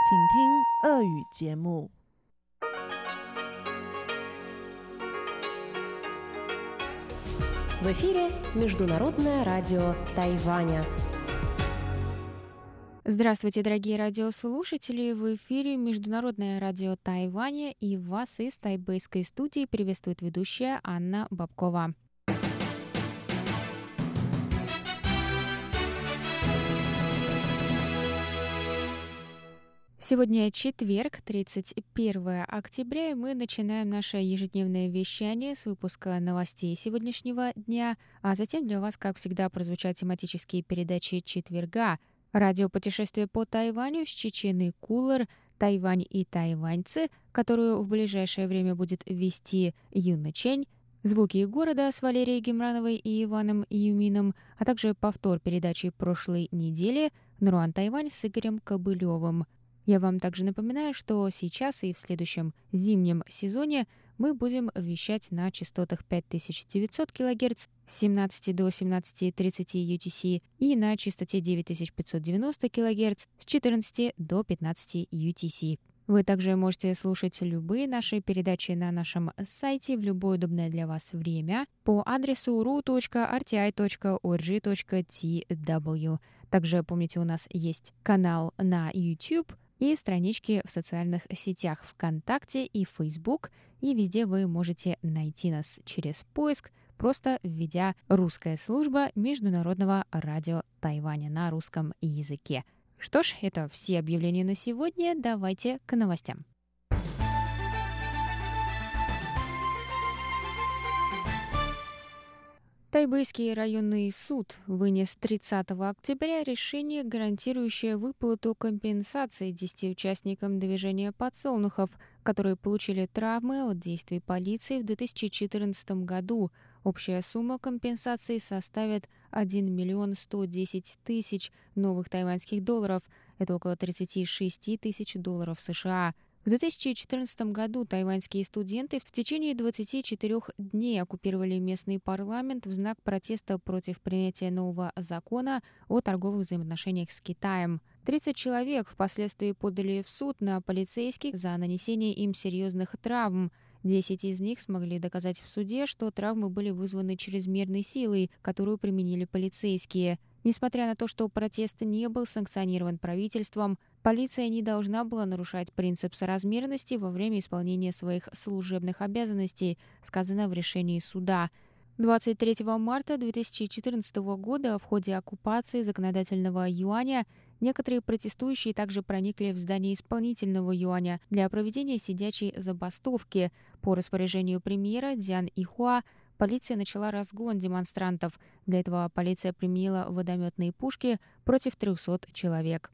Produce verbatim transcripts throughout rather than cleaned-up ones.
请听俄语节目。 В эфире Международное радио Тайваня. Здравствуйте, дорогие радиослушатели! В эфире Международное радио Тайваня, и вас из тайбэйской студии приветствует ведущая Анна Бабкова. Сегодня четверг, тридцать первое октября, и мы начинаем наше ежедневное вещание с выпуска новостей сегодняшнего дня, а затем для вас, как всегда, прозвучат тематические передачи четверга, радиопутешествие по Тайваню с Чечены Кулар, Тайвань и тайваньцы, которую в ближайшее время будет вести Юна Чень, звуки города с Валерией Гемрановой и Иваном Юмином, а также повтор передачи прошлой недели «Наруан Тайвань» с Игорем Кобылевым. Я вам также напоминаю, что сейчас и в следующем зимнем сезоне мы будем вещать на частотах пять тысяч девятьсот кГц с семнадцати до семнадцати тридцати ю ти си и на частоте девять тысяч пятьсот девяносто кГц с четырнадцати до пятнадцати ю ти си. Вы также можете слушать любые наши передачи на нашем сайте в любое удобное для вас время по адресу ru точка эр ти ай точка орг точка ти дабл ю. Также помните, у нас есть канал на YouTube и странички в социальных сетях ВКонтакте и Facebook, и везде вы можете найти нас через поиск, просто введя «Русская служба Международного радио Тайваня» на русском языке. Что ж, это все объявления на сегодня. Давайте к новостям. Тайбэйский районный суд вынес тридцатого октября решение, гарантирующее выплату компенсации десяти участникам движения подсолнухов, которые получили травмы от действий полиции в две тысячи четырнадцатом году. Общая сумма компенсации составит один миллион сто десять тысяч новых тайваньских долларов. Это около тридцать шесть тысяч долларов США. В две тысячи четырнадцатом году тайваньские студенты в течение двадцати четырёх дней оккупировали местный парламент в знак протеста против принятия нового закона о торговых взаимоотношениях с Китаем. тридцать человек впоследствии подали в суд на полицейских за нанесение им серьезных травм. Десять из них смогли доказать в суде, что травмы были вызваны чрезмерной силой, которую применили полицейские. Несмотря на то, что протест не был санкционирован правительством, полиция не должна была нарушать принцип соразмерности во время исполнения своих служебных обязанностей, сказано в решении суда. двадцать третьего марта две тысячи четырнадцатого года в ходе оккупации законодательного юаня некоторые протестующие также проникли в здание исполнительного юаня для проведения сидячей забастовки. По распоряжению премьера Дзян Ихуа полиция начала разгон демонстрантов. Для этого полиция применила водометные пушки против трехсот человек.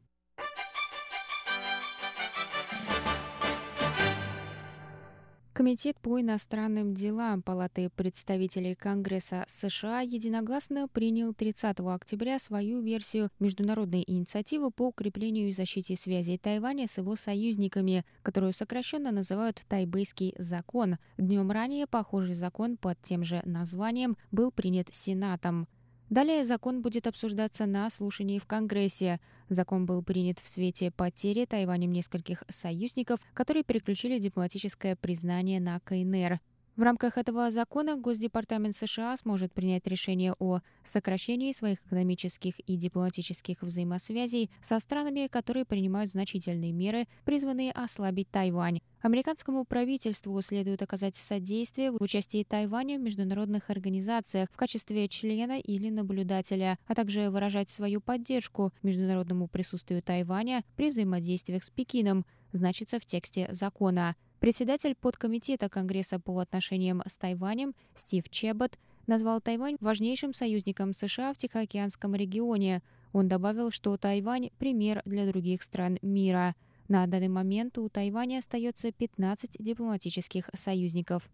Комитет по иностранным делам Палаты представителей Конгресса США единогласно принял тридцатого октября свою версию международной инициативы по укреплению и защите связей Тайваня с его союзниками, которую сокращенно называют «Тайбэйский закон». Днем ранее похожий закон под тем же названием был принят Сенатом. Далее закон будет обсуждаться на слушании в Конгрессе. Закон был принят в свете потери Тайванем нескольких союзников, которые переключили дипломатическое признание на ка эн эр. В рамках этого закона Госдепартамент США сможет принять решение о сокращении своих экономических и дипломатических взаимосвязей со странами, которые принимают значительные меры, призванные ослабить Тайвань. Американскому правительству следует оказать содействие в участии Тайваня в международных организациях в качестве члена или наблюдателя, а также выражать свою поддержку международному присутствию Тайваня при взаимодействиях с Пекином, значится в тексте закона. Председатель подкомитета Конгресса по отношениям с Тайванем Стив Чебот назвал Тайвань важнейшим союзником США в Тихоокеанском регионе. Он добавил, что Тайвань – пример для других стран мира. На данный момент у Тайваня остается пятнадцать дипломатических союзников.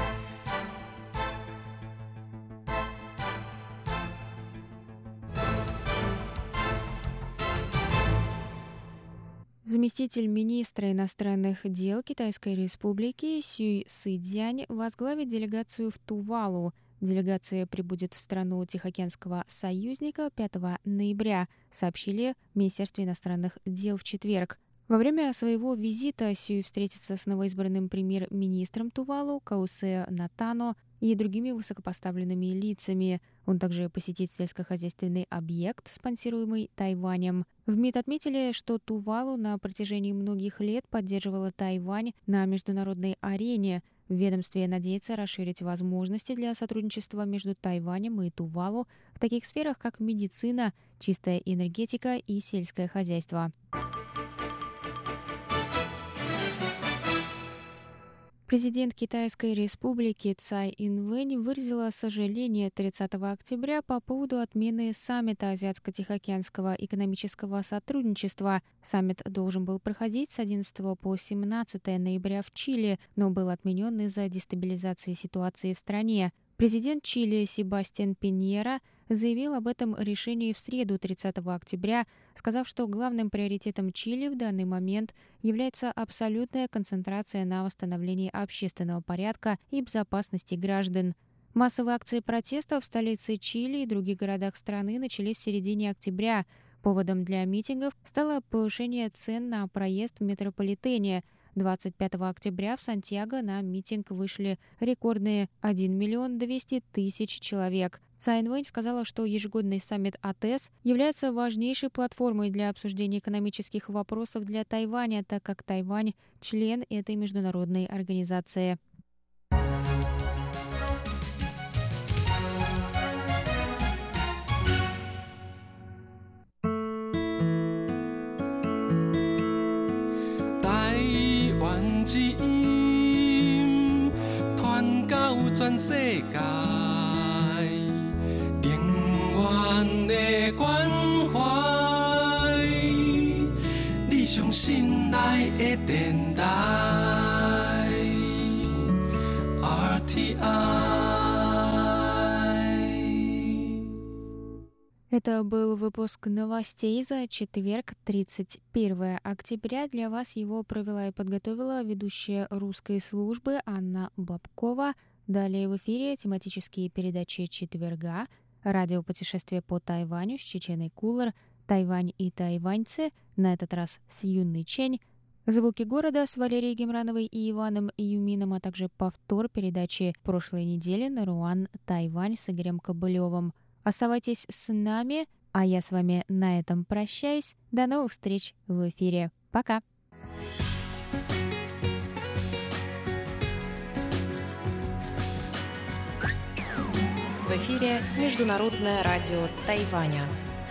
Заместитель министра иностранных дел Китайской Республики Сюй Сыдзянь возглавит делегацию в Тувалу. Делегация прибудет в страну Тихоокеанского союзника пятого ноября, сообщили в Министерстве иностранных дел в четверг. Во время своего визита Сюй встретится с новоизбранным премьер-министром Тувалу Каусе Натано и другими высокопоставленными лицами. Он также посетит сельскохозяйственный объект, спонсируемый Тайванем. В МИД отметили, что Тувалу на протяжении многих лет поддерживала Тайвань на международной арене. В ведомстве надеется расширить возможности для сотрудничества между Тайванем и Тувалу в таких сферах, как медицина, чистая энергетика и сельское хозяйство. Президент Китайской республики Цай Инвэнь выразила сожаление тридцатого октября по поводу отмены саммита Азиатско-Тихоокеанского экономического сотрудничества. Саммит должен был проходить с одиннадцатого по семнадцатое ноября в Чили, но был отменен из-за дестабилизации ситуации в стране. Президент Чили Себастьян Пиньера заявил об этом решении в среду тридцатого октября, сказав, что главным приоритетом Чили в данный момент является абсолютная концентрация на восстановлении общественного порядка и безопасности граждан. Массовые акции протеста в столице Чили и других городах страны начались в середине октября. Поводом для митингов стало повышение цен на проезд в метрополитене. двадцать пятого октября в Сантьяго на митинг вышли рекордные один миллион двести тысяч человек. Цай Инвэнь сказала, что ежегодный саммит АТЭС является важнейшей платформой для обсуждения экономических вопросов для Тайваня, так как Тайвань – член этой международной организации. Это был выпуск новостей за четверг, тридцать первого октября. Для вас его провела и подготовила ведущая русской службы Анна Бабкова. Далее в эфире тематические передачи четверга, радиопутешествие по Тайваню с Чеченой Кулар, Тайвань и тайваньцы, на этот раз с Юнной Чень, звуки города с Валерией Гемрановой и Иваном Юмином, а также повтор передачи прошлой недели Наруан Тайвань с Игорем Кобылевым. Оставайтесь с нами, а я с вами на этом прощаюсь. До новых встреч в эфире. Пока! В эфире Международное радио Тайваня.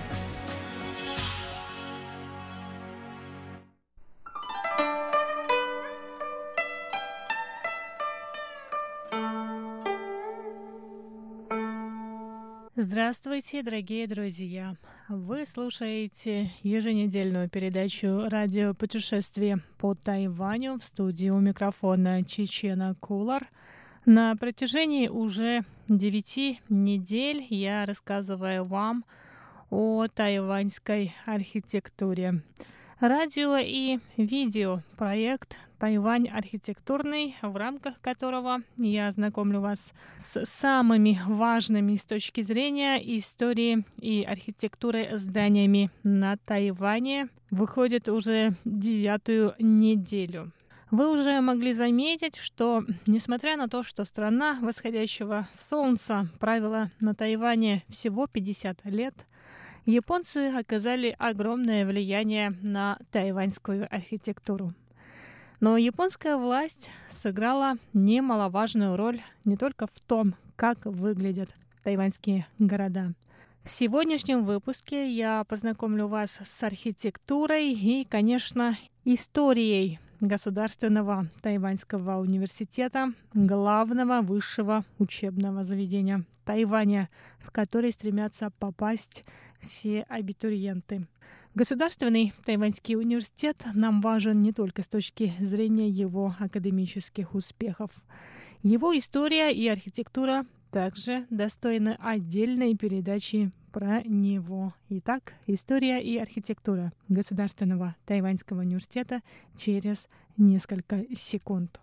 Здравствуйте, дорогие друзья! Вы слушаете еженедельную передачу «Радиопутешествие по Тайваню», в студии у микрофона Чечена Кулар. На протяжении уже девяти недель я рассказываю вам о тайваньской архитектуре. Радио и видео проект «Тайвань архитектурный», в рамках которого я знакомлю вас с самыми важными с точки зрения истории и архитектуры зданиями на Тайване, выходит уже девятую неделю. Вы уже могли заметить, что, несмотря на то, что страна восходящего солнца правила на Тайване всего пятьдесят лет, японцы оказали огромное влияние на тайваньскую архитектуру. Но японская власть сыграла немаловажную роль не только в том, как выглядят тайваньские города. В сегодняшнем выпуске я познакомлю вас с архитектурой и, конечно, историей Государственного тайваньского университета, главного высшего учебного заведения Тайваня, в который стремятся попасть все абитуриенты. Государственный тайваньский университет нам важен не только с точки зрения его академических успехов. Его история и архитектура также достойны отдельной передачи про него. Итак, история и архитектура Государственного тайваньского университета через несколько секунд.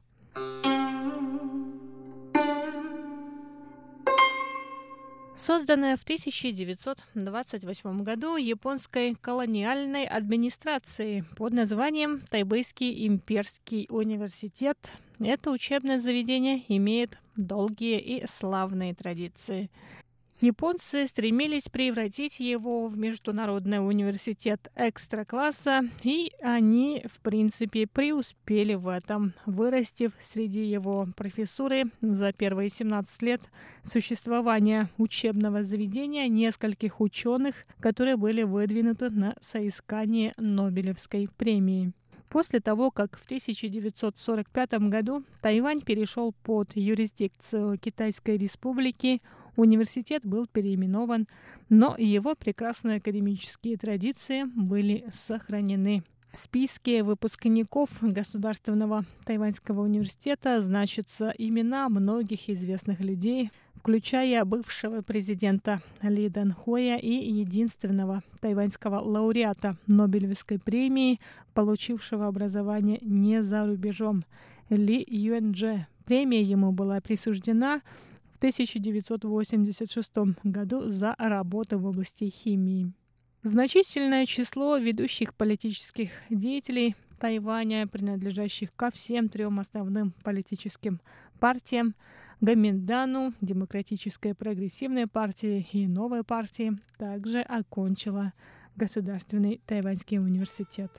Созданная в тысяча девятьсот двадцать восьмом году японской колониальной администрацией под названием Тайбэйский имперский университет, это учебное заведение имеет долгие и славные традиции. Японцы стремились превратить его в международный университет экстра-класса, и они, в принципе, преуспели в этом, вырастив среди его профессуры за первые семнадцать лет существования учебного заведения нескольких ученых, которые были выдвинуты на соискание Нобелевской премии. После того, как в тысяча девятьсот сорок пятом году Тайвань перешел под юрисдикцию Китайской Республики, университет был переименован, но его прекрасные академические традиции были сохранены. В списке выпускников Государственного Тайваньского университета значатся имена многих известных людей, включая бывшего президента Ли Дэнхоя и единственного тайваньского лауреата Нобелевской премии, получившего образование не за рубежом, Ли Юэньчжэ. Премия ему была присуждена в тысяча девятьсот восемьдесят шестом году за работу в области химии. Значительное число ведущих политических деятелей Тайваня, принадлежащих ко всем трем основным политическим партиям – Гоминдану, Демократической прогрессивной партии и Новой партии, также окончила Государственный Тайваньский университет.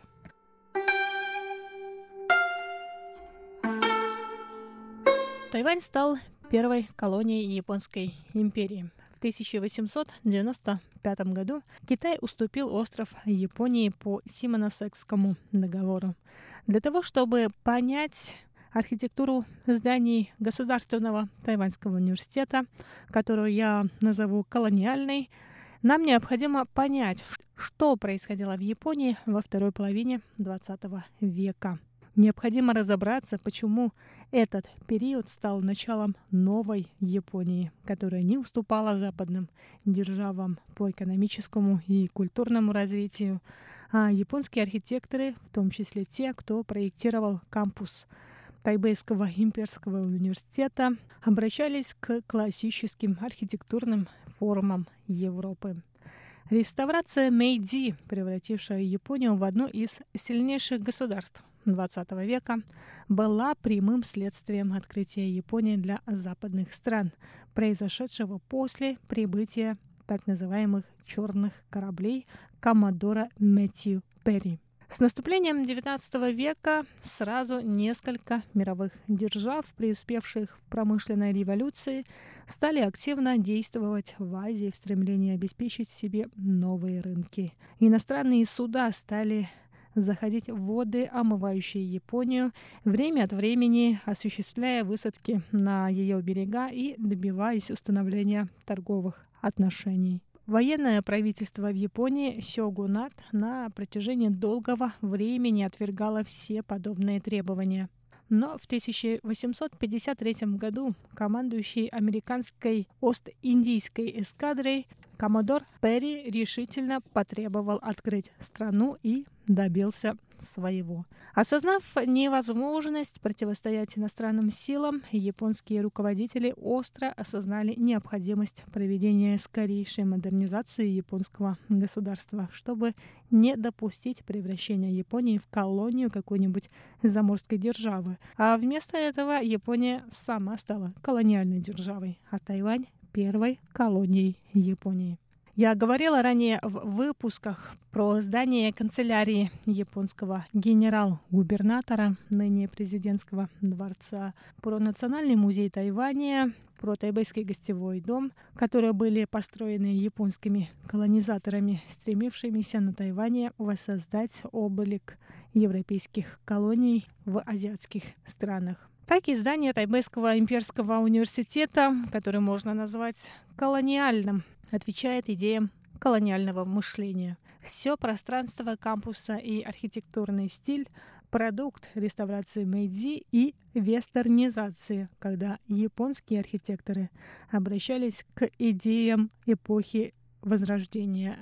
Тайвань стал первой колонией Японской империи. В тысяча восемьсот девяносто пятом году Китай уступил остров Японии по Симоносекскому договору. Для того, чтобы понять архитектуру зданий Государственного Тайваньского университета, которую я назову колониальной, нам необходимо понять, что происходило в Японии во второй половине двадцатого века. Необходимо разобраться, почему этот период стал началом новой Японии, которая не уступала западным державам по экономическому и культурному развитию, а японские архитекторы, в том числе те, кто проектировал кампус Тайбэйского имперского университета, обращались к классическим архитектурным формам Европы. Реставрация Мэйдзи, превратившая Японию в одно из сильнейших государств двадцатого века, была прямым следствием открытия Японии для западных стран, произошедшего после прибытия так называемых «черных кораблей» коммодора Мэтью Перри. С наступлением девятнадцатого века сразу несколько мировых держав, преуспевших в промышленной революции, стали активно действовать в Азии в стремлении обеспечить себе новые рынки. Иностранные суда стали заходить в воды, омывающие Японию, время от времени осуществляя высадки на ее берега и добиваясь установления торговых отношений. Военное правительство в Японии, сёгунат, на протяжении долгого времени отвергало все подобные требования. Но в тысяча восемьсот пятьдесят третьем году командующий американской Ост-Индийской эскадрой коммодор Перри решительно потребовал открыть страну и добился своего. Осознав невозможность противостоять иностранным силам, японские руководители остро осознали необходимость проведения скорейшей модернизации японского государства, чтобы не допустить превращения Японии в колонию какой-нибудь заморской державы. А вместо этого Япония сама стала колониальной державой, а Тайвань — первой колонией Японии. Я говорила ранее в выпусках про здание канцелярии японского генерал-губернатора, ныне президентского дворца, про Национальный музей Тайваня, про Тайбэйский гостевой дом, которые были построены японскими колонизаторами, стремившимися на Тайване воссоздать облик европейских колоний в азиатских странах. Так и здание Тайбэйского имперского университета, которое можно назвать колониальным, отвечает идеям колониального мышления. Все пространство кампуса и архитектурный стиль – продукт реставрации Мэйдзи и вестернизации, когда японские архитекторы обращались к идеям эпохи Возрождения в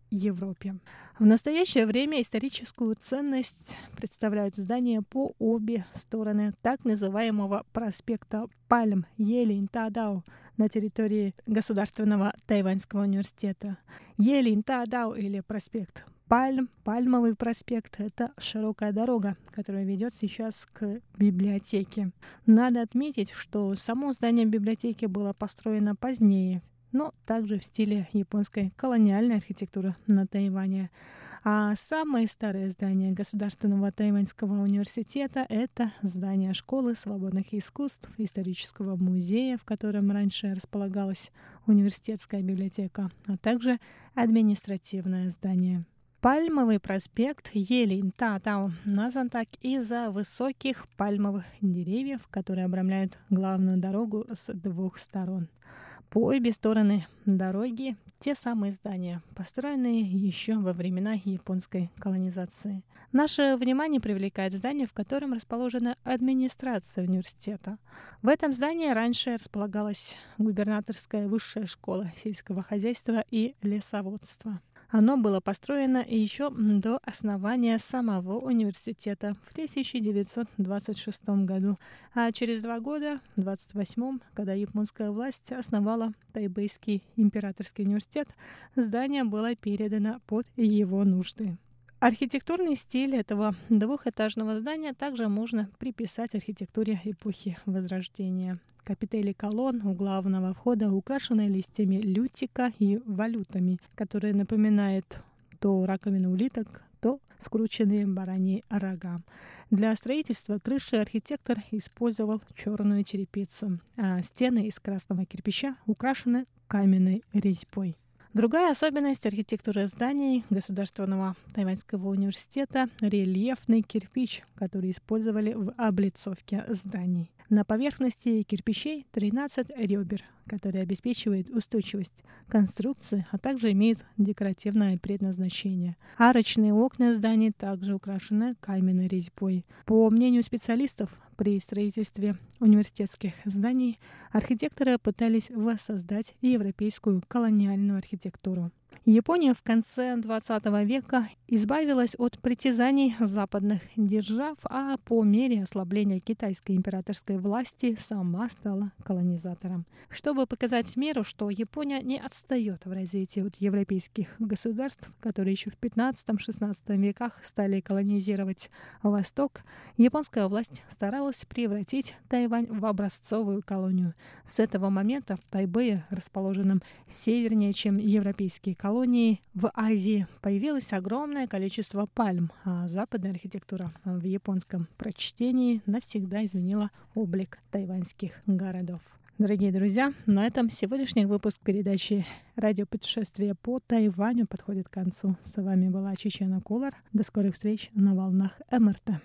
Европе. В настоящее время историческую ценность представляют здания по обе стороны так называемого проспекта Пальм Елинь-Тадао на территории Государственного Тайваньского университета. Елинь-Тадао или проспект Пальм, Пальмовый проспект — это широкая дорога, которая ведет сейчас к библиотеке. Надо отметить, что само здание библиотеки было построено позднее, но также в стиле японской колониальной архитектуры на Тайване. А самое старое здание Государственного Тайваньского университета — это здание Школы свободных искусств, исторического музея, в котором раньше располагалась университетская библиотека, а также административное здание. Пальмовый проспект Елинь-Тадао назван так из-за высоких пальмовых деревьев, которые обрамляют главную дорогу с двух сторон. По обе стороны дороги те самые здания, построенные еще во времена японской колонизации. Наше внимание привлекает здание, в котором расположена администрация университета. В этом здании раньше располагалась губернаторская высшая школа сельского хозяйства и лесоводства. Оно было построено еще до основания самого университета в тысяча девятьсот двадцать шестом году, а через два года, в двадцать восьмом, когда японская власть основала Тайбэйский императорский университет, здание было передано под его нужды. Архитектурный стиль этого двухэтажного здания также можно приписать архитектуре эпохи Возрождения. Капители колонн у главного входа украшены листьями лютика и валютами, которые напоминают то раковины улиток, то скрученные бараньи рога. Для строительства крыши архитектор использовал черную черепицу, а стены из красного кирпича украшены каменной резьбой. Другая особенность архитектуры зданий Государственного Тайваньского университета — рельефный кирпич, который использовали в облицовке зданий. На поверхности кирпичей тринадцать ребер, которые обеспечивают устойчивость конструкции, а также имеют декоративное предназначение. Арочные окна зданий также украшены каменной резьбой. По мнению специалистов, при строительстве университетских зданий архитекторы пытались воссоздать европейскую колониальную архитектуру. Япония в конце двадцатого века избавилась от притязаний западных держав, а по мере ослабления китайской императорской власти сама стала колонизатором. Чтобы показать миру, что Япония не отстает в развитии от европейских государств, которые еще в пятнадцатом-шестнадцатом веках стали колонизировать Восток, японская власть старалась превратить Тайвань в образцовую колонию. С этого момента в Тайбэе, расположенном севернее, чем европейские колонии, в Азии появилось огромное количество пальм, а западная архитектура в японском прочтении навсегда изменила облик тайваньских городов. Дорогие друзья, на этом сегодняшний выпуск передачи «Радиопутешествие по Тайваню» подходит к концу. С вами была Чечена Кулар. До скорых встреч на волнах эм эр тэ.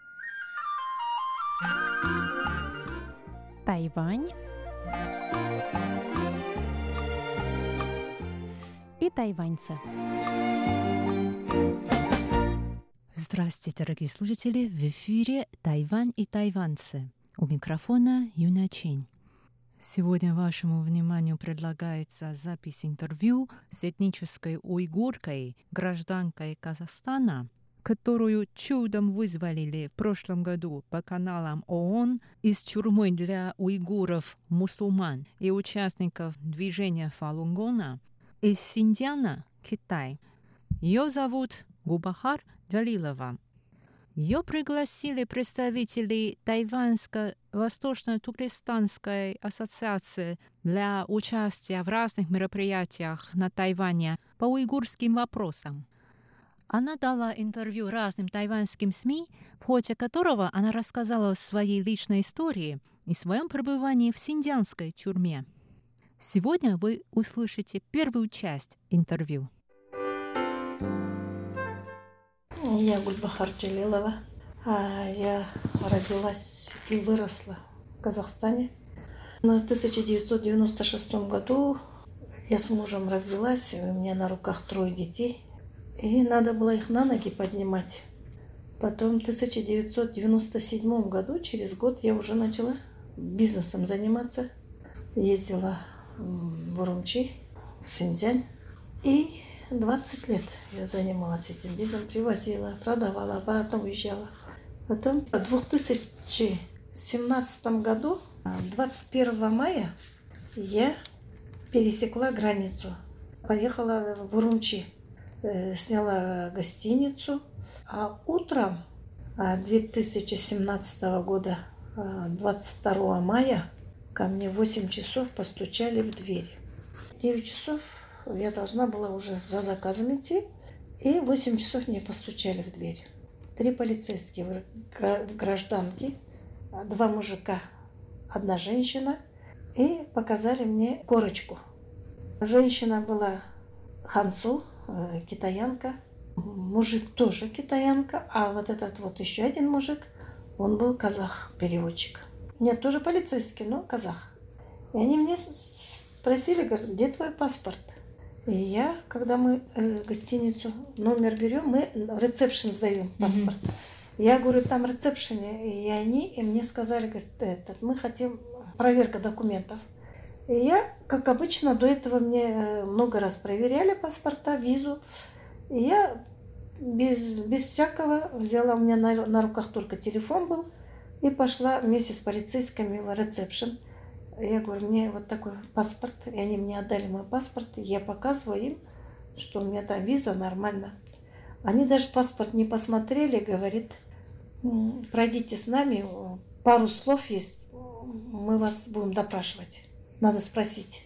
Тайвань и тайваньцы. Здравствуйте, дорогие слушатели! В эфире «Тайвань и тайваньцы». У микрофона Юна Чень. Сегодня вашему вниманию предлагается запись интервью с этнической уйгуркой, гражданкой Казахстана, которую чудом вызволили в прошлом году по каналам ООН из тюрьмы для уйгуров-мусульман и участников движения Фалунгона из Синьцзяна, Китай. Ее зовут Гулбахар Джалилова. Ее пригласили представители Тайваньско-Восточно-Туркестанской ассоциации для участия в разных мероприятиях на Тайване по уйгурским вопросам. Она дала интервью разным тайваньским СМИ, в ходе которого она рассказала о своей личной истории и своем пребывании в синьцзянской тюрьме. Сегодня вы услышите первую часть интервью. Я Гульбахар Джалилова. Я родилась и выросла в Казахстане. Но в тысяча девятьсот девяносто шестом году я с мужем развелась, у меня на руках трое детей. И надо было их на ноги поднимать. Потом в тысяча девятьсот девяносто седьмом году, через год, я уже начала бизнесом заниматься. Ездила в Урумчи, в Синьцзянь. И двадцать лет я занималась этим бизнесом, привозила, продавала, обратно уезжала. Потом в две тысячи семнадцатом году, двадцать первого мая, я пересекла границу. Поехала в Урумчи, сняла гостиницу, а утром две тысячи семнадцатого года, двадцать второго мая, ко мне в восемь часов постучали в дверь. В девять часов я должна была уже за заказом идти, и в восемь часов мне постучали в дверь. Три полицейские гражданки, два мужика, одна женщина, и показали мне корочку. Женщина была ханцу, китаянка, мужик тоже китаянка, а вот этот вот еще один мужик, он был казах, переводчик. Нет, тоже полицейский, но казах. И они мне спросили, говорят, где твой паспорт? И я, когда мы э, гостиницу номер берем, мы в ресепшн сдаем паспорт. Mm-hmm. Я говорю, там в ресепшене, и они, и мне сказали, говорят, этот, мы хотим проверка документов. И я, как обычно, до этого мне много раз проверяли паспорта, визу. И я без, без всякого взяла, у меня на, на руках только телефон был, и пошла вместе с полицейскими в ресепшн. Я говорю, мне вот такой паспорт, и они мне отдали мой паспорт, и я показываю им, что у меня там виза нормально. Они даже паспорт не посмотрели, говорит, пройдите с нами, пару слов есть, мы вас будем допрашивать, надо спросить.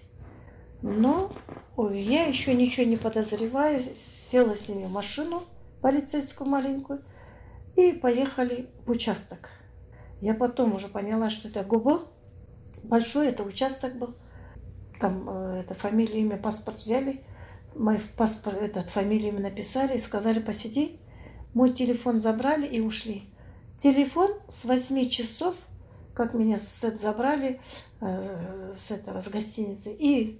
Но ой, я еще ничего не подозреваю, села с ними в машину полицейскую маленькую и поехали в участок. Я потом уже поняла, что это Губо. Большой это участок был. Там э, это фамилию, имя, паспорт взяли. Мой паспорт, этот фамилию, имя написали и сказали, посиди. Мой телефон забрали и ушли. Телефон с восьми часов, как меня с это забрали, э, с этого, с гостиницы, и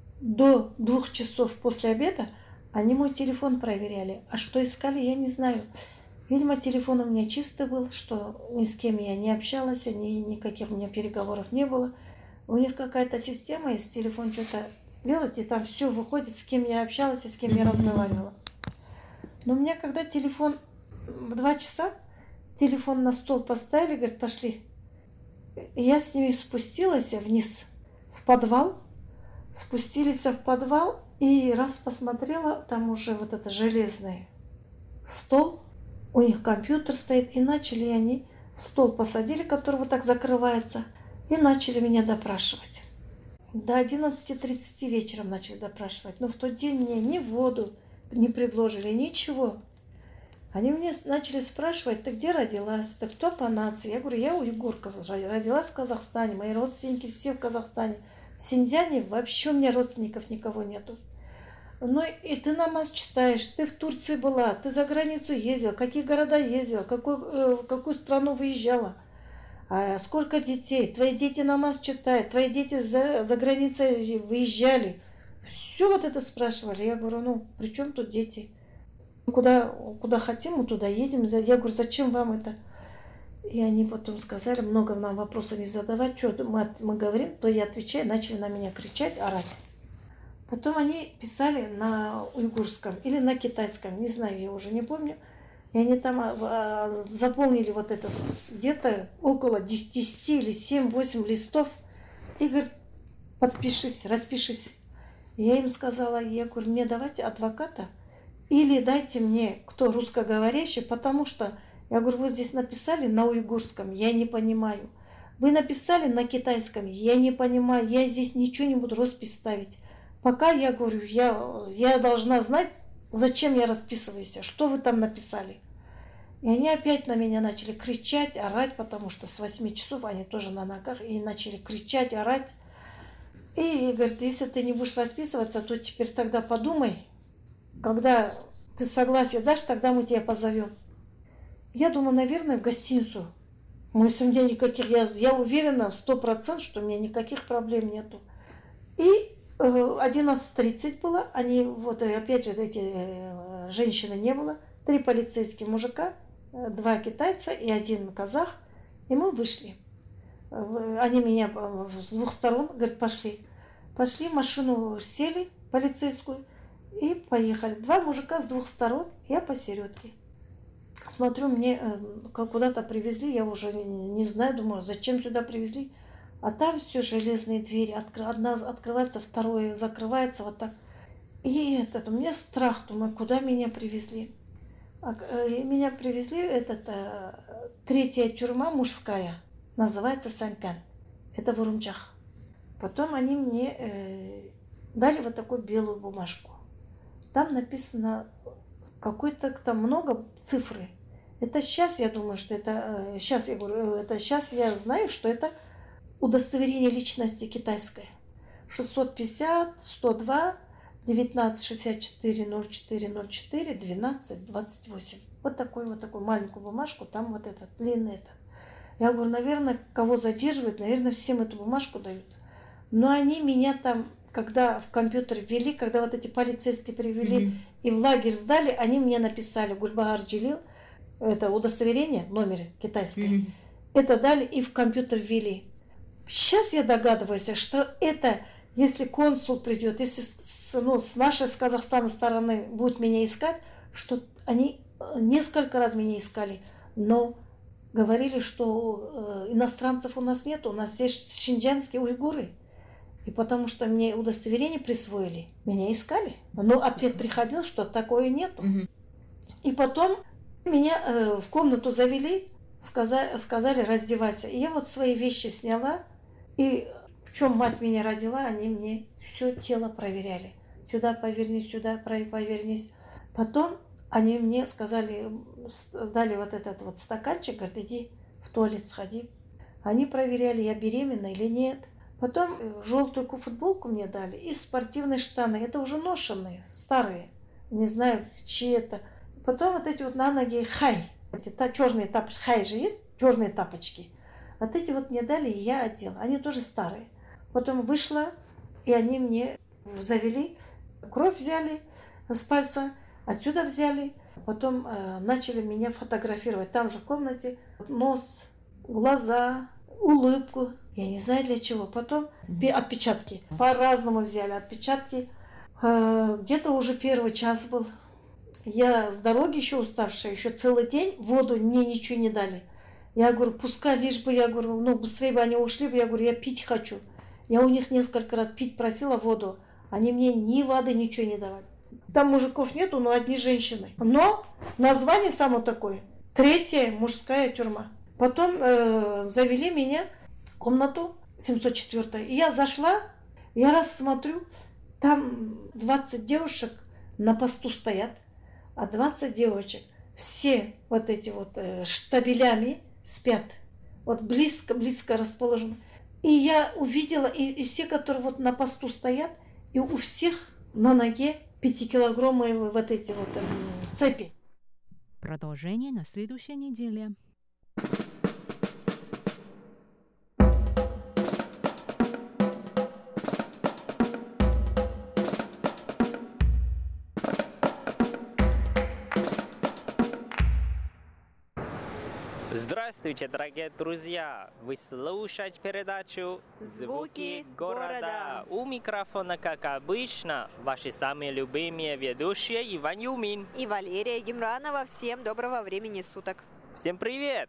до двух часов после обеда они мой телефон проверяли. А что искали, я не знаю. Видимо, телефон у меня чистый был, что ни с кем я не общалась, ни, никаких у меня переговоров не было. У них какая-то система, если телефон что-то делать, и там все выходит, с кем я общалась и с кем я разговаривала. Но у меня, когда телефон в два часа, телефон на стол поставили, говорят, пошли. Я с ними спустилась вниз в подвал, спустились в подвал, и раз посмотрела, там уже вот это железный стол, у них компьютер стоит, и начали они, стол посадили, который вот так закрывается, и начали меня допрашивать. До одиннадцати тридцати вечером начали допрашивать, но в тот день мне ни воду не предложили, ничего. Они мне начали спрашивать, ты где родилась, ты кто по нации? Я говорю, я уйгурка, родилась в Казахстане, мои родственники все в Казахстане. В Синьцзяне вообще у меня родственников никого нету. Ну и ты намаз читаешь, ты в Турции была, ты за границу ездила, какие города ездила, какой, э, в какую страну выезжала, а сколько детей, твои дети намаз читают, твои дети за, за границей выезжали. Все вот это спрашивали. Я говорю, ну при чем тут дети? Куда, куда хотим, мы туда едем. Я говорю, зачем вам это? И они потом сказали, много нам вопросов не задавать, что мы, мы говорим, то я отвечаю, начали на меня кричать, орать. Потом они писали на уйгурском или на китайском, не знаю, я уже не помню. И они там а, заполнили вот это где-то около десяти или семь-восемь листов. И говорят, подпишись, распишись. И я им сказала, я говорю, мне давайте адвоката или дайте мне, кто русскоговорящий, потому что, я говорю, вы здесь написали на уйгурском, я не понимаю. Вы написали на китайском, я не понимаю, я здесь ничего не буду роспись ставить. Пока я говорю, я, я должна знать, зачем я расписываюсь, что вы там написали. И они опять на меня начали кричать, орать, потому что с восьми часов они тоже на ногах, и начали кричать, орать. И говорит, если ты не будешь расписываться, то теперь тогда подумай, когда ты согласие дашь, тогда мы тебя позовем. Я думаю, наверное, в гостиницу. Ну, если у меня никаких, я, я уверена в сто процентов, что у меня никаких проблем нету. И одиннадцать тридцать было, они, вот опять же, эти женщины не было, три полицейских мужика, два китайца и один казах, и мы вышли. Они меня с двух сторон, говорят, пошли. Пошли, в машину сели полицейскую, И поехали. Два мужика с двух сторон, я посередке. Смотрю, мне как куда-то привезли, я уже не, не знаю, думаю, зачем сюда привезли. А там все железные двери, откры, одна открывается, вторая закрывается, вот так. И этот, у меня страх, думаю, куда меня привезли. А, и меня привезли, этот, третья тюрьма мужская, называется Сампян. Это в Урумчах. Потом они мне э, дали вот такую белую бумажку. Там написано какой-то там много цифры. Это сейчас я думаю, что это сейчас я говорю, это сейчас я знаю, что это удостоверение личности китайское. шестьсот пятьдесят, сто два, девятнадцать шестьдесят четыре, ноль четыре ноль четыре, двенадцать двадцать восемь. Вот такую вот такую маленькую бумажку, там вот этот длинный этот. Я говорю, наверное, кого задерживают, наверное, всем эту бумажку дают. Но они меня там, когда в компьютер ввели, когда вот эти полицейские привели mm-hmm. и в лагерь сдали, они мне написали Гульбахар Джилил, это удостоверение, номер китайское, mm-hmm. это дали и в компьютер ввели. Сейчас я догадываюсь, что это, если консул придет, если с, ну, с нашей, с Казахстана стороны будет меня искать, что они несколько раз меня искали, но говорили, что э, иностранцев у нас нет, у нас есть шинджанские уйгуры. И потому что мне удостоверение присвоили, меня искали. Но ответ приходил, что такое нету. Mm-hmm. И потом меня э, в комнату завели, сказали, сказали, раздевайся. И я вот свои вещи сняла, и в чем мать меня родила, они мне все тело проверяли. Сюда повернись, сюда повернись. Потом они мне сказали, дали вот этот вот стаканчик, говорят, иди в туалет сходи. Они проверяли, я беременна или нет. Потом желтую футболку мне дали и спортивные штаны. Это уже ношенные, старые. Не знаю, чьи это. Потом вот эти вот на ноги хай. Эти та, черные тапочки. Хай же есть? Черные тапочки. Вот эти вот мне дали, и я одела. Они тоже старые. Потом вышла, и они мне завели. Кровь взяли с пальца. Отсюда взяли. Потом э, начали меня фотографировать. Там же в комнате. Нос, глаза, улыбку. Я не знаю для чего. Потом mm-hmm. отпечатки. По-разному взяли отпечатки. Э, где-то уже первый час был. Я с дороги еще уставшая. Еще целый день воду мне ничего не дали. Я говорю, пускай лишь бы, я говорю, ну быстрее бы они ушли бы. Я говорю, я пить хочу. Я у них несколько раз пить просила воду. Они мне ни воды, ничего не давали. Там мужиков нету, но одни женщины. Но название само такое. Третья мужская тюрьма. Потом э, завели меня в комнату семьсот четвёртую. И я зашла, я раз смотрю, там двадцать девушек на посту стоят, а двадцать девочек все вот эти вот э, штабелями спят. Вот близко-близко расположены. И я увидела, и, и все, которые вот на посту стоят, и у всех на ноге пятикилограммовые вот эти вот э, цепи. Продолжение на следующей неделе. Здравствуйте, дорогие друзья! Вы слушаете передачу «Звуки города». У микрофона, как обычно, ваши самые любимые ведущие Иван Юмин и Валерия Гимранова. Всем доброго времени суток! Всем привет!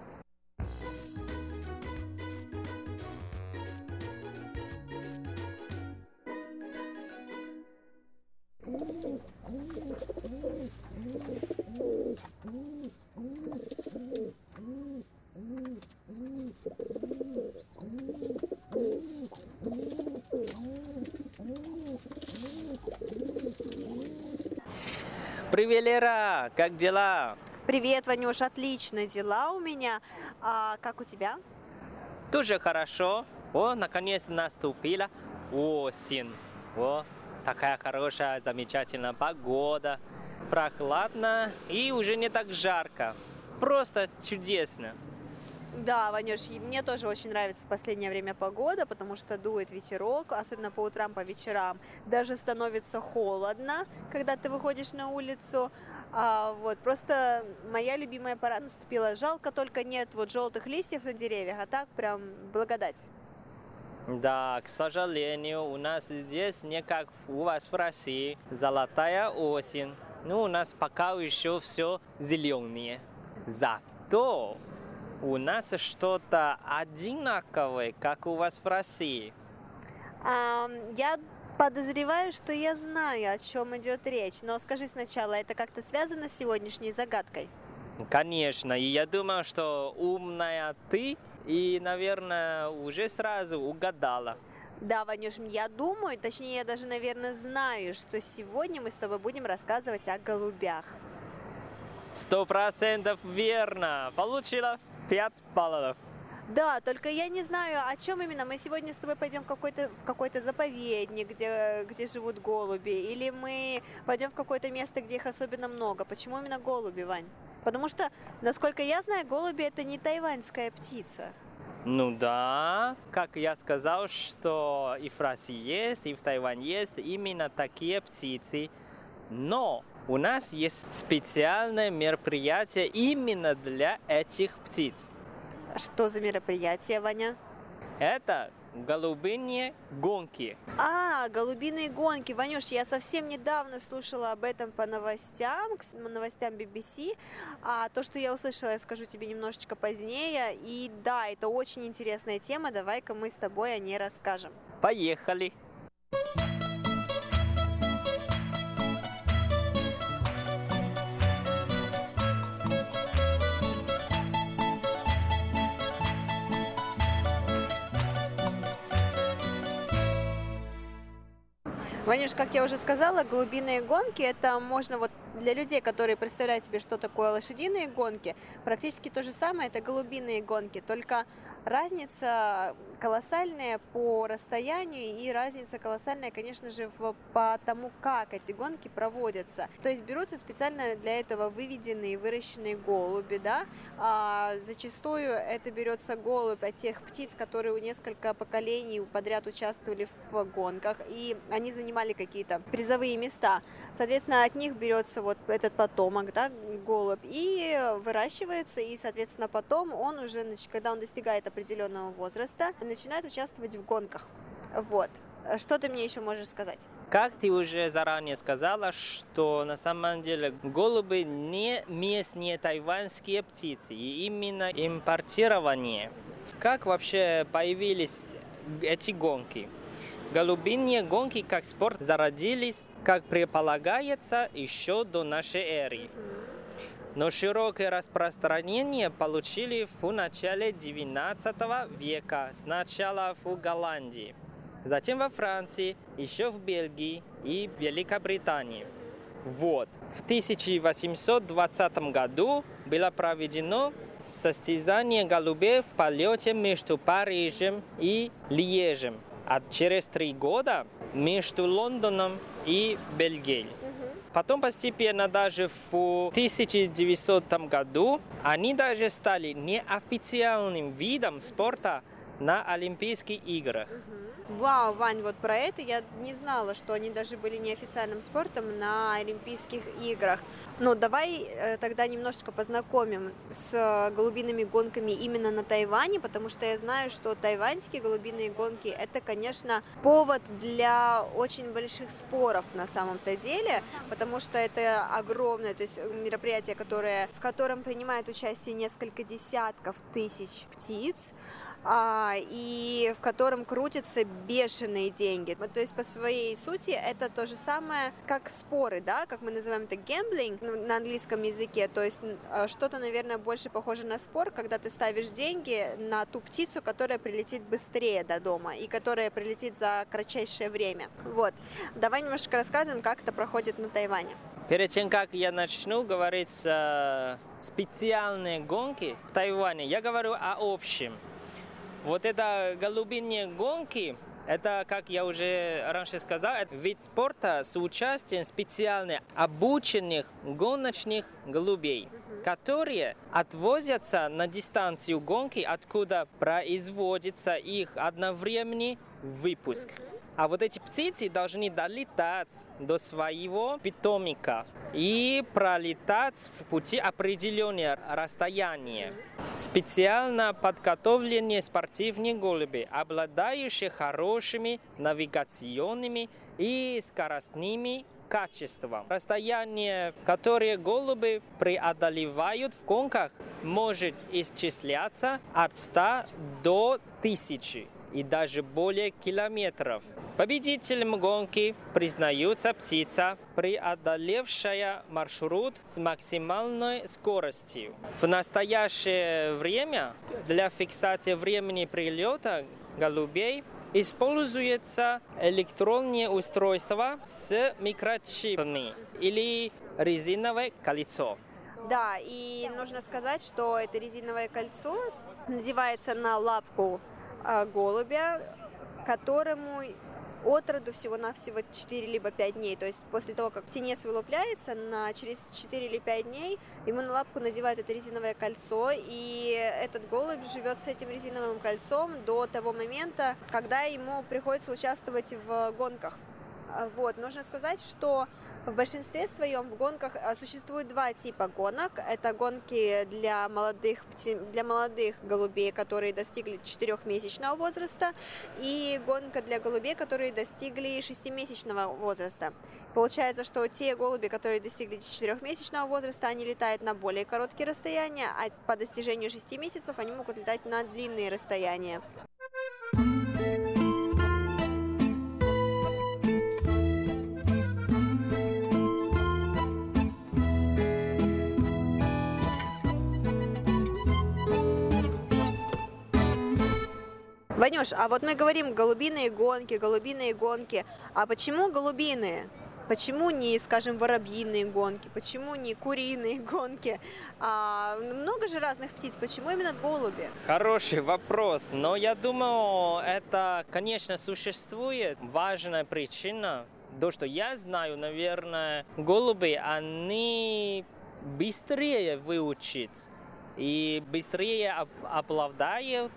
Привет, Лера! Как дела? Привет, Ванюш, отлично дела у меня. А как у тебя? Тоже хорошо. О, наконец-то наступила осень. О, такая хорошая, замечательная погода. Прохладно и уже не так жарко. Просто чудесно. Да, Ванюш, мне тоже очень нравится в последнее время погода, потому что дует ветерок, особенно по утрам, по вечерам. Даже становится холодно, когда ты выходишь на улицу. А, вот, просто моя любимая пора наступила. Жалко, только нет вот желтых листьев на деревьях, а так прям благодать. Да, к сожалению, у нас здесь не как у вас в России, золотая осень. Ну, у нас пока еще все зеленее. Зато у нас что-то одинаковое, как у вас в России. А, я подозреваю, что я знаю, о чем идет речь. Но скажи сначала, это как-то связано с сегодняшней загадкой? Конечно, и я думаю, что умная ты, и, наверное, уже сразу угадала. Да, Ванюш, я думаю, точнее, я даже, наверное, знаю, что сегодня мы с тобой будем рассказывать о голубях. Сто процентов верно. Получила пять баллов. Да, только я не знаю, о чем именно. Мы сегодня с тобой пойдем в какой-то, в какой-то заповедник, где, где живут голуби, или мы пойдем в какое-то место, где их особенно много. Почему именно голуби, Вань? Потому что, насколько я знаю, голуби это не тайваньская птица. Ну да, как я сказал, что и в России есть, и в Тайване есть именно такие птицы. Но у нас есть специальное мероприятие именно для этих птиц. Что за мероприятие, Ваня? Это голубиные гонки. А, голубиные гонки. Ванюш, я совсем недавно слушала об этом по новостям, новостям би би си. А то, что я услышала, я скажу тебе немножечко позднее. И да, это очень интересная тема. Давай-ка мы с тобой о ней расскажем. Поехали! Ванюш, как я уже сказала, голубиные гонки, это можно вот для людей, которые представляют себе, что такое лошадиные гонки, практически то же самое, это голубиные гонки, только разница колоссальная по расстоянию и разница колоссальная, конечно же, в, по тому, как эти гонки проводятся. То есть берутся специально для этого выведенные и выращенные голуби, да, а зачастую это берется голубь от тех птиц, которые у несколько поколений подряд участвовали в гонках, и они занимали какие-то призовые места. Соответственно, от них берется вот этот потомок, да, голубь, и выращивается, и, соответственно, потом он уже, когда он достигает определенного возраста, начинает участвовать в гонках. Вот. Что ты мне еще можешь сказать? Как ты уже заранее сказала, что на самом деле голуби не местные тайваньские птицы, и именно импортирование. Как вообще появились эти гонки? Голубиные гонки как спорт зародились, как предполагается, еще до нашей эры. Но широкое распространение получили в начале девятнадцатого века, сначала в Голландии, затем во Франции, еще в Бельгии и Великобритании. Вот. В тысяча восемьсот двадцатом году было проведено состязание голубей в полете между Парижем и Льежем, а через три года между Лондоном и Бельгией. Потом постепенно даже в тысяча девятисотом году они даже стали неофициальным видом спорта на Олимпийских играх. Вау, Вань, вот про это я не знала, что они даже были неофициальным спортом на Олимпийских играх. Ну, давай э, тогда немножечко познакомим с э, голубиными гонками именно на Тайване, потому что я знаю, что тайваньские голубиные гонки – это, конечно, повод для очень больших споров на самом-то деле, потому что это огромное, то есть мероприятие, которое, в котором принимает участие несколько десятков тысяч птиц, А, и в котором крутятся бешеные деньги. То есть по своей сути это то же самое, как споры, да, как мы называем это гэмблинг на английском языке. То есть что-то, наверное, больше похоже на спор, когда ты ставишь деньги на ту птицу, которая прилетит быстрее до дома и которая прилетит за кратчайшее время. Вот. Давай немножко рассказываем, как это проходит на Тайване. Перед тем, как я начну говорить о специальные гонки в Тайване, я говорю о общем. Вот это голубиные гонки, это, как я уже раньше сказал, это вид спорта с участием специально обученных гоночных голубей, которые отвозятся на дистанцию гонки, откуда производится их одновременный выпуск. А вот эти птицы должны долетать до своего питомника и пролетать в пути определенное расстояние. Специально подготовленные спортивные голуби, обладающие хорошими навигационными и скоростными качествами. Расстояние, которое голуби преодолевают в гонках, может исчисляться от ста до тысячи и даже более километров. Победителем гонки признается птица, преодолевшая маршрут с максимальной скоростью. В настоящее время для фиксации времени прилета голубей используется электронное устройство с микрочипами или резиновое кольцо. Да, и нужно сказать, что это резиновое кольцо надевается на лапку э, голубя, которому от роду всего-навсего четыре либо пять дней. То есть после того, как птенец вылупляется, на, через четыре или пять дней ему на лапку надевают это резиновое кольцо, и этот голубь живет с этим резиновым кольцом до того момента, когда ему приходится участвовать в гонках. Вот. Нужно сказать, что в большинстве своем в гонках существует два типа гонок. Это гонки для молодых, для молодых голубей, которые достигли четырехмесячного возраста, и гонка для голубей, которые достигли шестимесячного возраста. Получается, что те голуби, которые достигли четырехмесячного возраста, они летают на более короткие расстояния, а по достижению шести месяцев они могут летать на длинные расстояния. Ванюш, а вот мы говорим голубиные гонки, голубиные гонки. А почему голубиные? Почему не, скажем, воробьиные гонки? Почему не куриные гонки? А, много же разных птиц. Почему именно голуби? Хороший вопрос. Но я думаю, это, конечно, существует важная причина. То, что я знаю, наверное, голуби, они быстрее выучат и быстрее обладают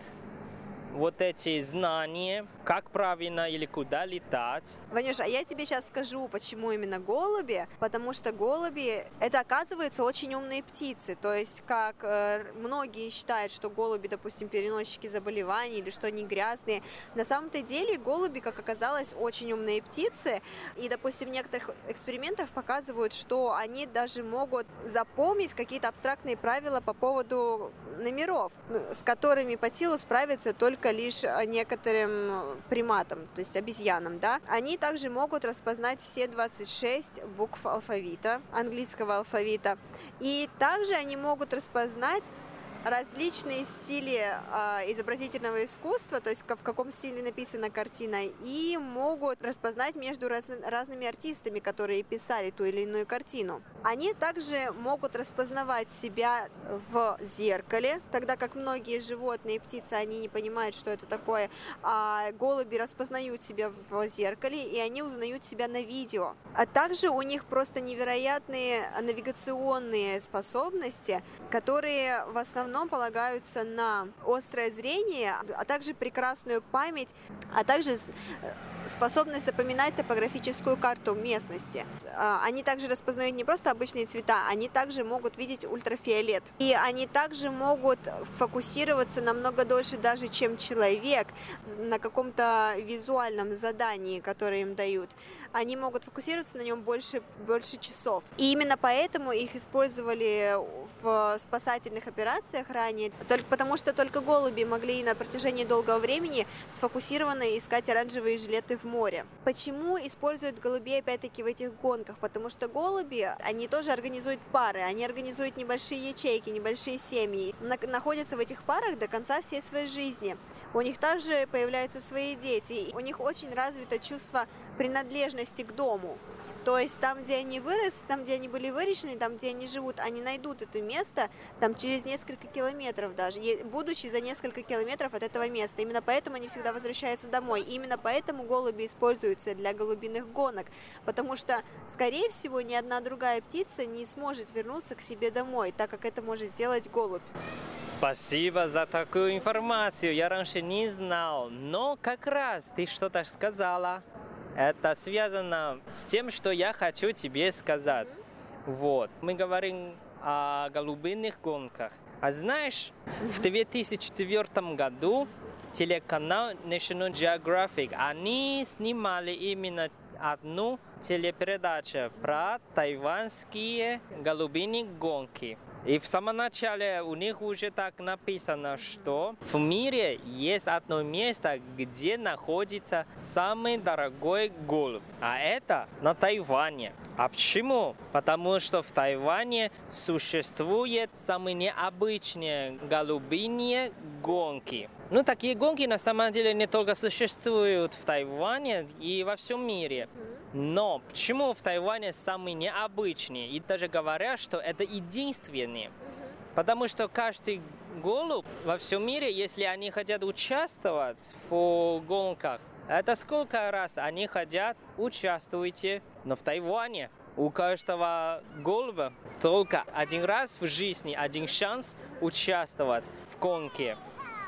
вот эти знания, как правильно или куда летать. Ванюша, а я тебе сейчас скажу, почему именно голуби. Потому что голуби, это оказывается очень умные птицы. То есть, как э, многие считают, что голуби, допустим, переносчики заболеваний или что они грязные. На самом-то деле голуби, как оказалось, очень умные птицы. И, допустим, в некоторых экспериментах показывают, что они даже могут запомнить какие-то абстрактные правила по поводу номеров, с которыми по силу справиться только лишь некоторым приматам, то есть обезьянам, да. Они также могут распознать все двадцать шесть букв алфавита, английского алфавита. И также они могут распознать различные стили э, изобразительного искусства, то есть в каком стиле написана картина, и могут распознать между раз, разными артистами, которые писали ту или иную картину. Они также могут распознавать себя в зеркале, тогда как многие животные и птицы, они не понимают, что это такое, а голуби распознают себя в зеркале, и они узнают себя на видео. А также у них просто невероятные навигационные способности, которые в основном полагаются на острое зрение, а также прекрасную память, а также способность запоминать топографическую карту местности. Они также распознают не просто обычные цвета, они также могут видеть ультрафиолет. И они также могут фокусироваться намного дольше даже, чем человек на каком-то визуальном задании, которое им дают. Они могут фокусироваться на нем больше, больше часов. И именно поэтому их использовали в спасательных операциях ранее, только потому что только голуби могли на протяжении долгого времени сфокусированно искать оранжевые жилеты в море. Почему используют голубей опять-таки в этих гонках? Потому что голуби, они тоже организуют пары, они организуют небольшие ячейки, небольшие семьи, находятся в этих парах до конца всей своей жизни. У них также появляются свои дети, у них очень развито чувство принадлежности к дому. То есть там, где они выросли, там, где они были выращены, там, где они живут, они найдут это место там через несколько километров даже, будучи за несколько километров от этого места. Именно поэтому они всегда возвращаются домой. И именно поэтому голуби используются для голубиных гонок, потому что, скорее всего, ни одна другая птица не сможет вернуться к себе домой, так как это может сделать голубь. Спасибо за такую информацию. Я раньше не знал. Но как раз ты что-то сказала. Это связано с тем, что я хочу тебе сказать. Вот. Мы говорим о голубиных гонках. А знаешь, в две тысячи четвёртом году телеканал National Geographic, они снимали именно одну телепередачу про тайваньские голубиные гонки. И в самом начале у них уже так написано, что в мире есть одно место, где находится самый дорогой голубь. А это на Тайване. А почему? Потому что в Тайване существуют самые необычные голубиные гонки. Ну, такие гонки на самом деле не только существуют в Тайване и во всем мире. Но почему в Тайване самые необычные? И даже говорят, что это единственные. Потому что каждый голубь во всем мире, если они хотят участвовать в гонках, это сколько раз они хотят участвовать. Но в Тайване у каждого голубя только один раз в жизни, один шанс участвовать в гонке.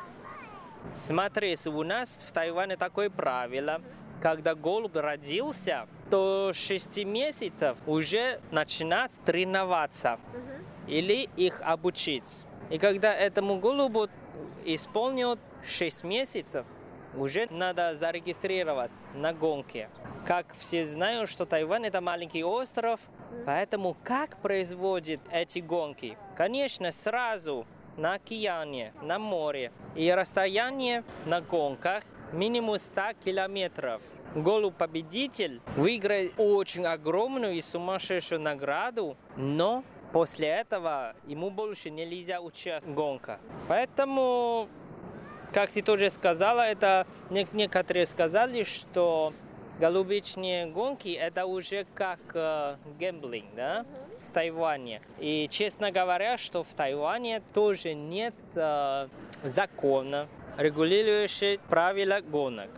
Смотри, у нас в Тайване такое правило. Когда голубь родился, то шести месяцев уже начинать тренироваться или их обучить. И когда этому голубю исполнил шесть месяцев, уже надо зарегистрировать на гонке. Как все знают, что Тайвань это маленький остров, поэтому как производят эти гонки? Конечно, сразу на океане, на море. И расстояние на гонках минимум сто километров. Голубь-победитель выиграет очень огромную и сумасшедшую награду, но после этого ему больше нельзя участвовать в гонках. Поэтому, как ты тоже сказала, это некоторые сказали, что голубичные гонки это уже как э, гэмблинг, да, в Тайване. И честно говоря, что в Тайване тоже нет э, закона, регулирующих правила гонок.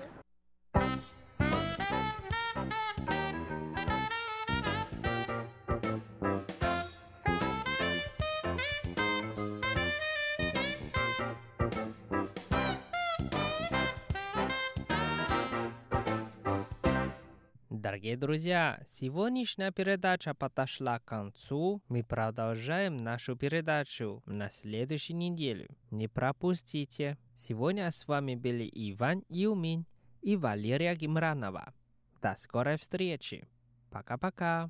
Дорогие друзья, сегодняшняя передача подошла к концу. Мы продолжаем нашу передачу на следующей неделе. Не пропустите. Сегодня с вами были Иван Юмин и Валерия Гимранова. До скорой встречи. Пока-пока.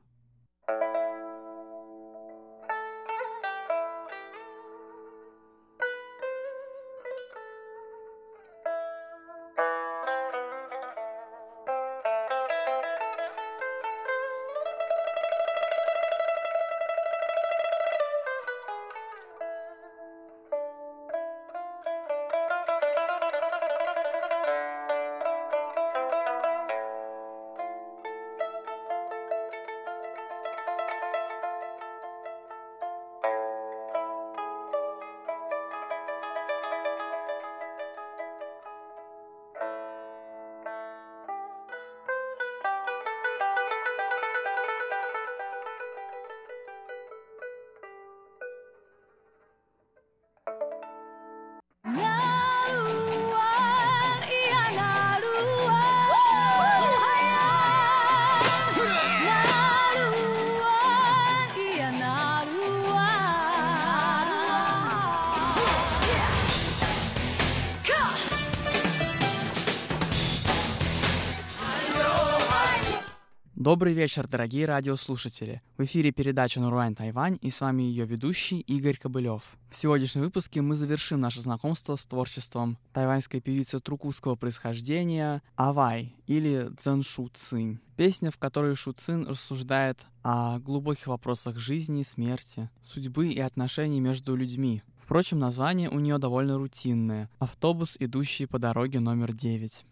Добрый вечер, дорогие радиослушатели. В эфире передача «Нурвайн Тайвань» и с вами ее ведущий Игорь Кобылев. В сегодняшнем выпуске мы завершим наше знакомство с творчеством тайваньской певицы трукузского происхождения Авай или Цзэн Шу Цинь. Песня, в которой Шу Цин рассуждает о глубоких вопросах жизни, смерти, судьбы и отношений между людьми. Впрочем, название у нее довольно рутинное — «Автобус, идущий по дороге номер девять».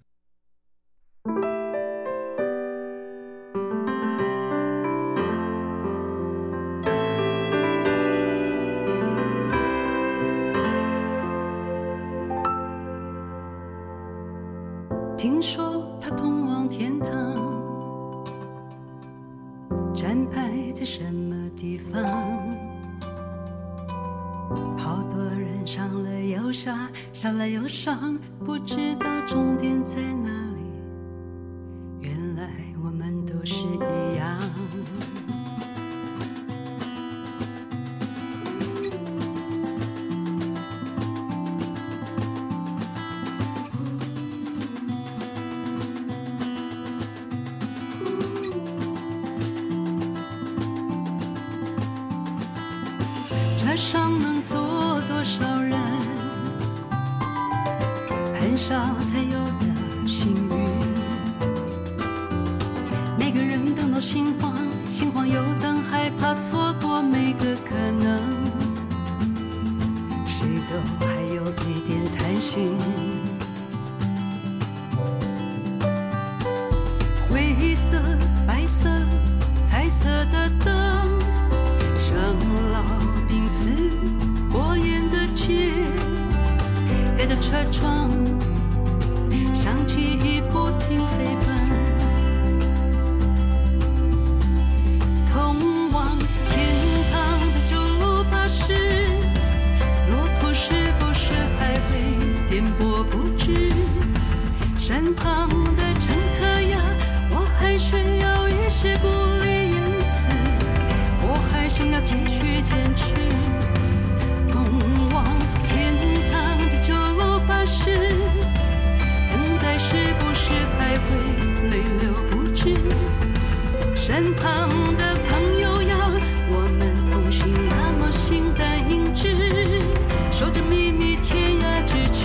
上了留下下来忧伤，不知道终点在哪里。原来我们都是一样。这上能坐多少人？很少才有的幸运。每个人等到心慌，心慌又等，害怕错过每个可能。谁都还有一点贪心。灰色、白色、彩色的灯，生老病死，过眼的街，盖着车窗，想起已不停飞奔，通往天堂的旧路巴士，骆驼是不是还会颠簸不止？身旁的乘客呀，我还需要一些鼓励言辞，我还想要继续坚持。通往天堂的旧路巴士，等待是不是还会泪流不止？身旁的朋友呀，我们同行那么形单影只，守着秘密天涯咫尺。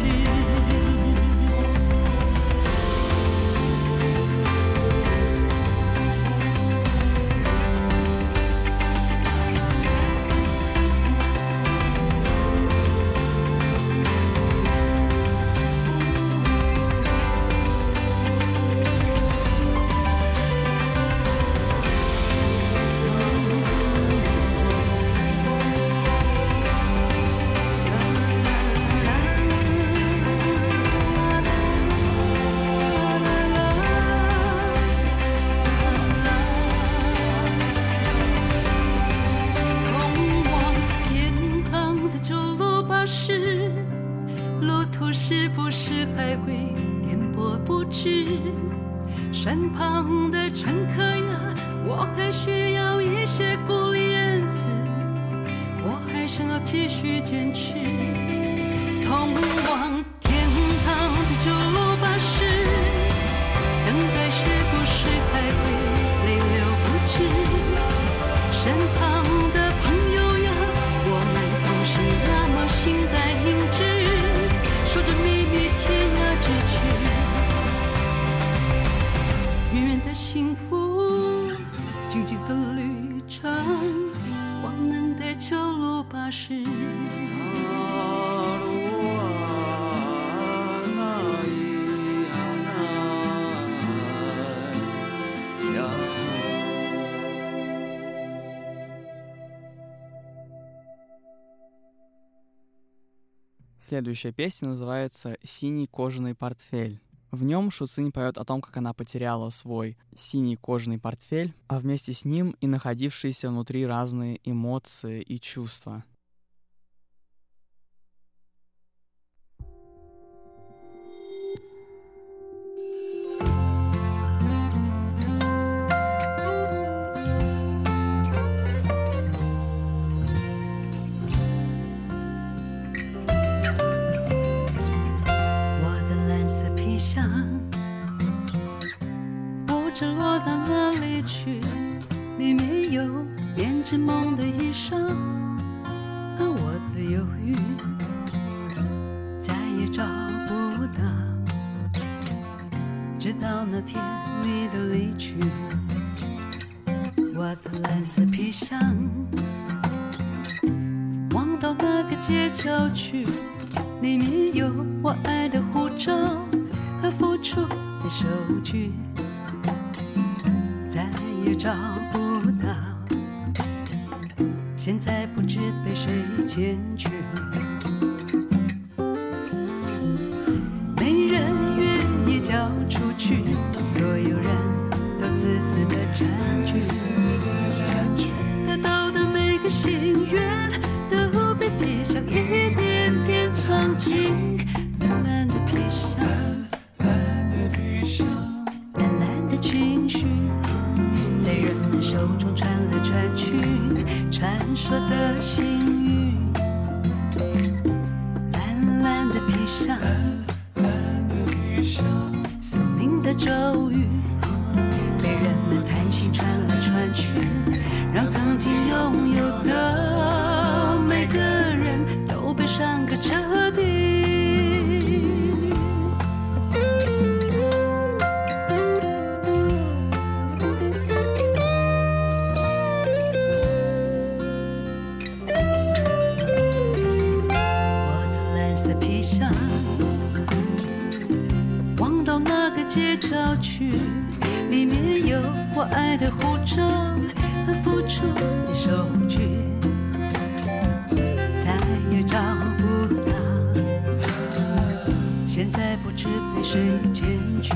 是不是还会颠簸不止？身旁的乘客呀，我还需要一些鼓励言辞，我还想要继续坚持。通往天堂的旧路巴士，等待是不是还会泪流不止？身旁的朋友呀，我们同行那么形单影只，守着秘密天涯咫尺，远远的幸福，静静的旅程，我们的旧路巴士。 Следующая песня называется «Синий кожаный портфель». В нем Шуцинь поет о том, как она потеряла свой синий кожаный портфель, а вместе с ним и находившиеся внутри разные эмоции и чувства. 梦的衣裳和我的忧郁再也找不到，直到那天你的离去。我的蓝色皮箱忘到那个街角去，里面有我爱的护照和付出的收据，再也找不到，现在不知被谁捡去。没人愿意交出去，所有人都自私的占据，得到的每个心愿都被地下一点点藏起。 的披上，宿命的咒语，被人们贪心传来传去，让曾经拥有的每个人都被伤个彻底。街找去，里面有我爱的护照和付出的收据，再也找不到，现在不知被谁捡去，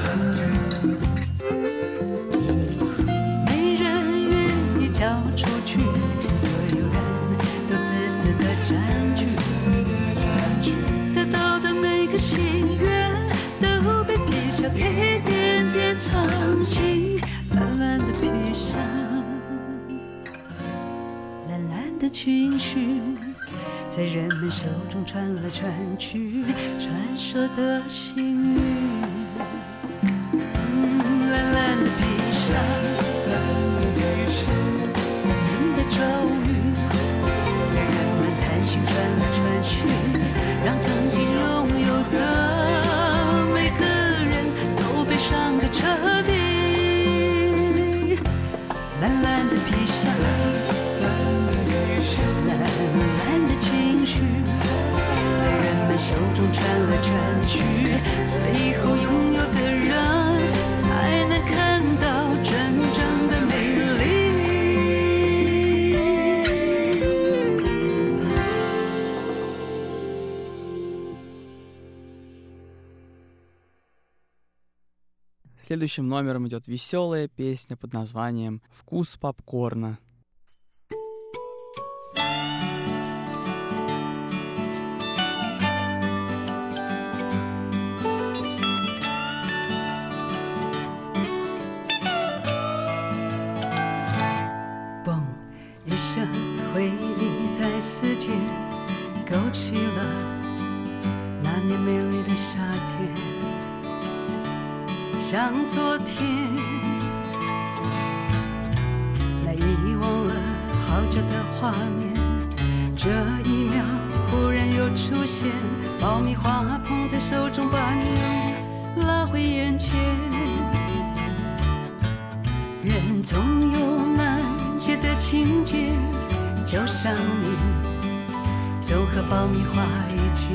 没人愿意交出去，所有人都自私的占据，得到的每个心愿都被撇下，一点点藏进蓝蓝的披上，蓝蓝的情绪在人们手中传来传去，传说的幸运。嗯，蓝蓝的披上，森林的咒语，被人们贪心传来传去，让曾经拥有的每个人都被伤个彻底。蓝蓝的披上，蓝蓝的情绪在人们手中传来传去，最后拥有的人才能看到真正的美丽。 Следующим номером идет веселая песня под названием «Вкус попкорна». 嘣一声，回忆在此间勾起了那年美丽的夏天。像昨天，来遗忘了好久的画面，这一秒忽然又出现，爆米花捧在手中，把你又拉回眼前。人总有难解的情节，就像你总和爆米花一起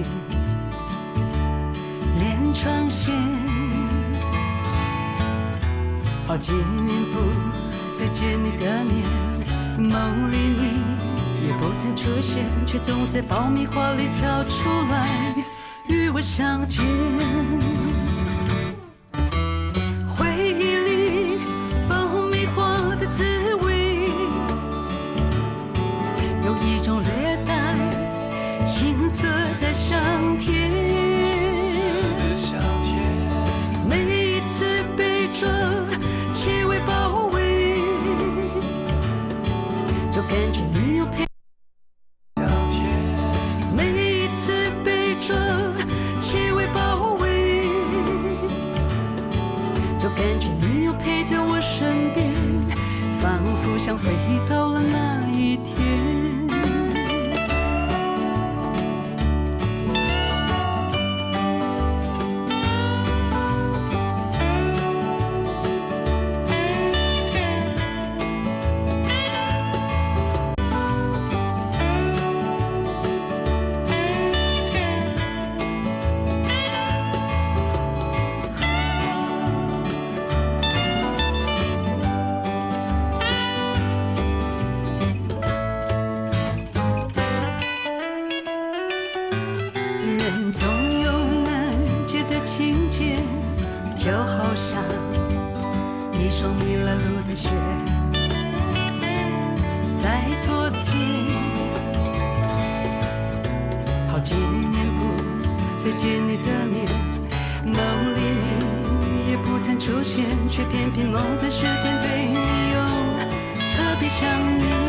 连成线。好几年不再见你的面，梦里你也不曾出现，却总在爆米花里跳出来与我相见。回忆里爆米花的滋味，有一种略带青涩的香甜，每一次被这气味包围，就感觉你有陪。每一次被这气味包围，就感觉你又陪在我身边，仿佛像回到了那一天。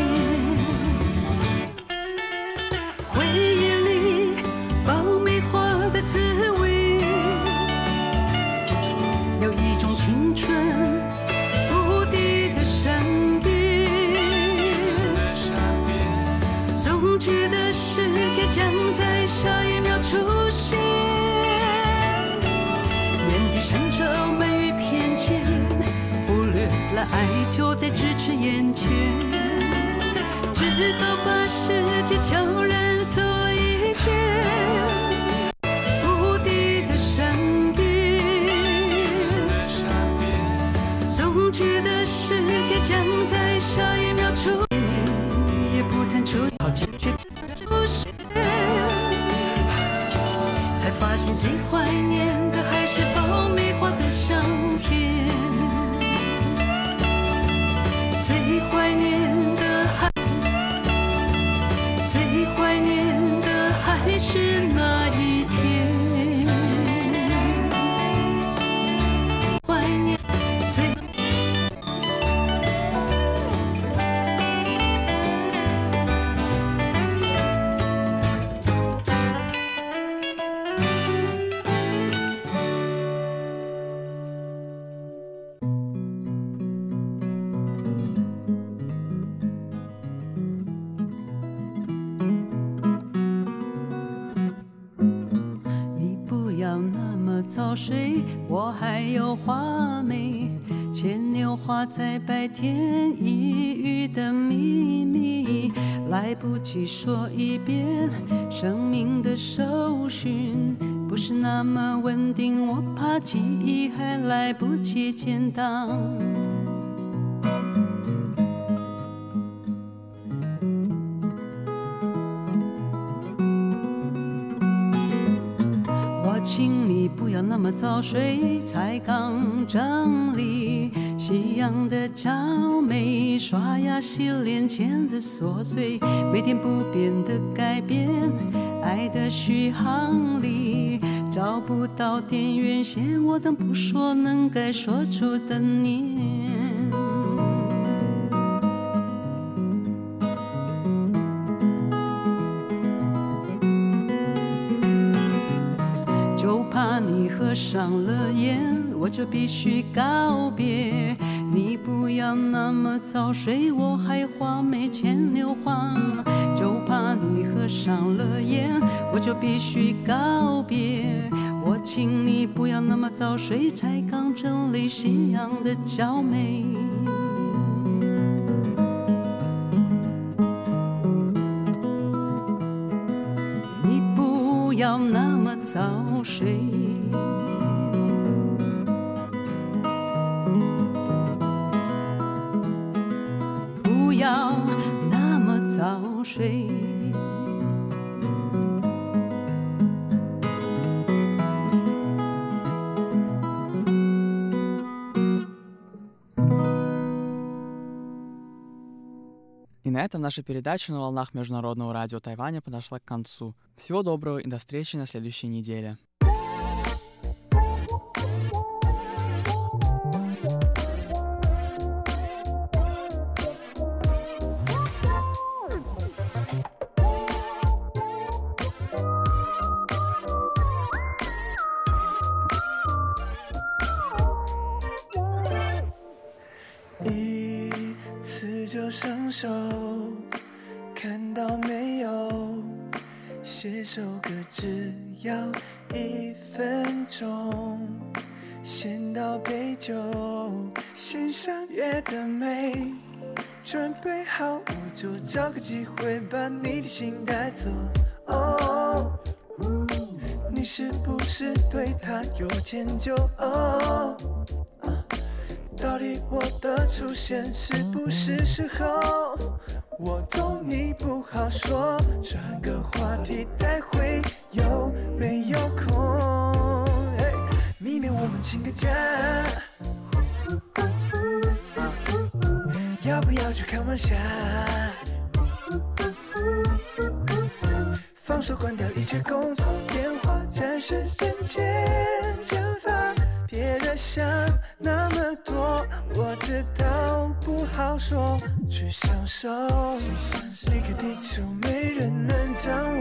回忆里爆米花爱就在咫尺眼前，直到把世界悄然走了一圈。无敌的闪电，总觉得世界将在下一秒出现，也不曾出现，却出现，才发现最怀念的还是爆米花的香甜，最怀念的还最怀念的还是那一天，怀念最早睡，我还有画眉，牵牛花在白天一语的秘密，来不及说一遍，生命的搜寻不是那么稳定，我怕记忆还来不及建档。请你不要那么早睡，才刚整理夕阳的娇美，刷牙洗脸前的琐碎，每天不变的改变，爱的续航力找不到电源线，我等不说能该说出的念。就怕你合上了眼，我就必须告别。你不要那么早睡，我还画眉牵牛花。就怕你合上了眼，我就必须告别。我请你不要那么早睡，才刚整理夕阳的娇美。你不要那么早睡，不要那么早睡。 И на этом наша передача на волнах Международного радио Тайваня подошла к концу. Всего доброго и до встречи на следующей неделе. 一次就上手，看到没有？写首歌只要一分钟，先倒杯酒，欣赏夜的美，准备好我就找个机会把你的心带走。哦，你是不是对他有研究？哦，到底我的出现是不是时候？我懂你不好说，转个话题带回有没有空？明年我们请个假，要不要去看晚霞？放手关掉一切工作电话，暂时人间蒸发。别再想那么多，我知道不好说，去享受。离开地球，没人能掌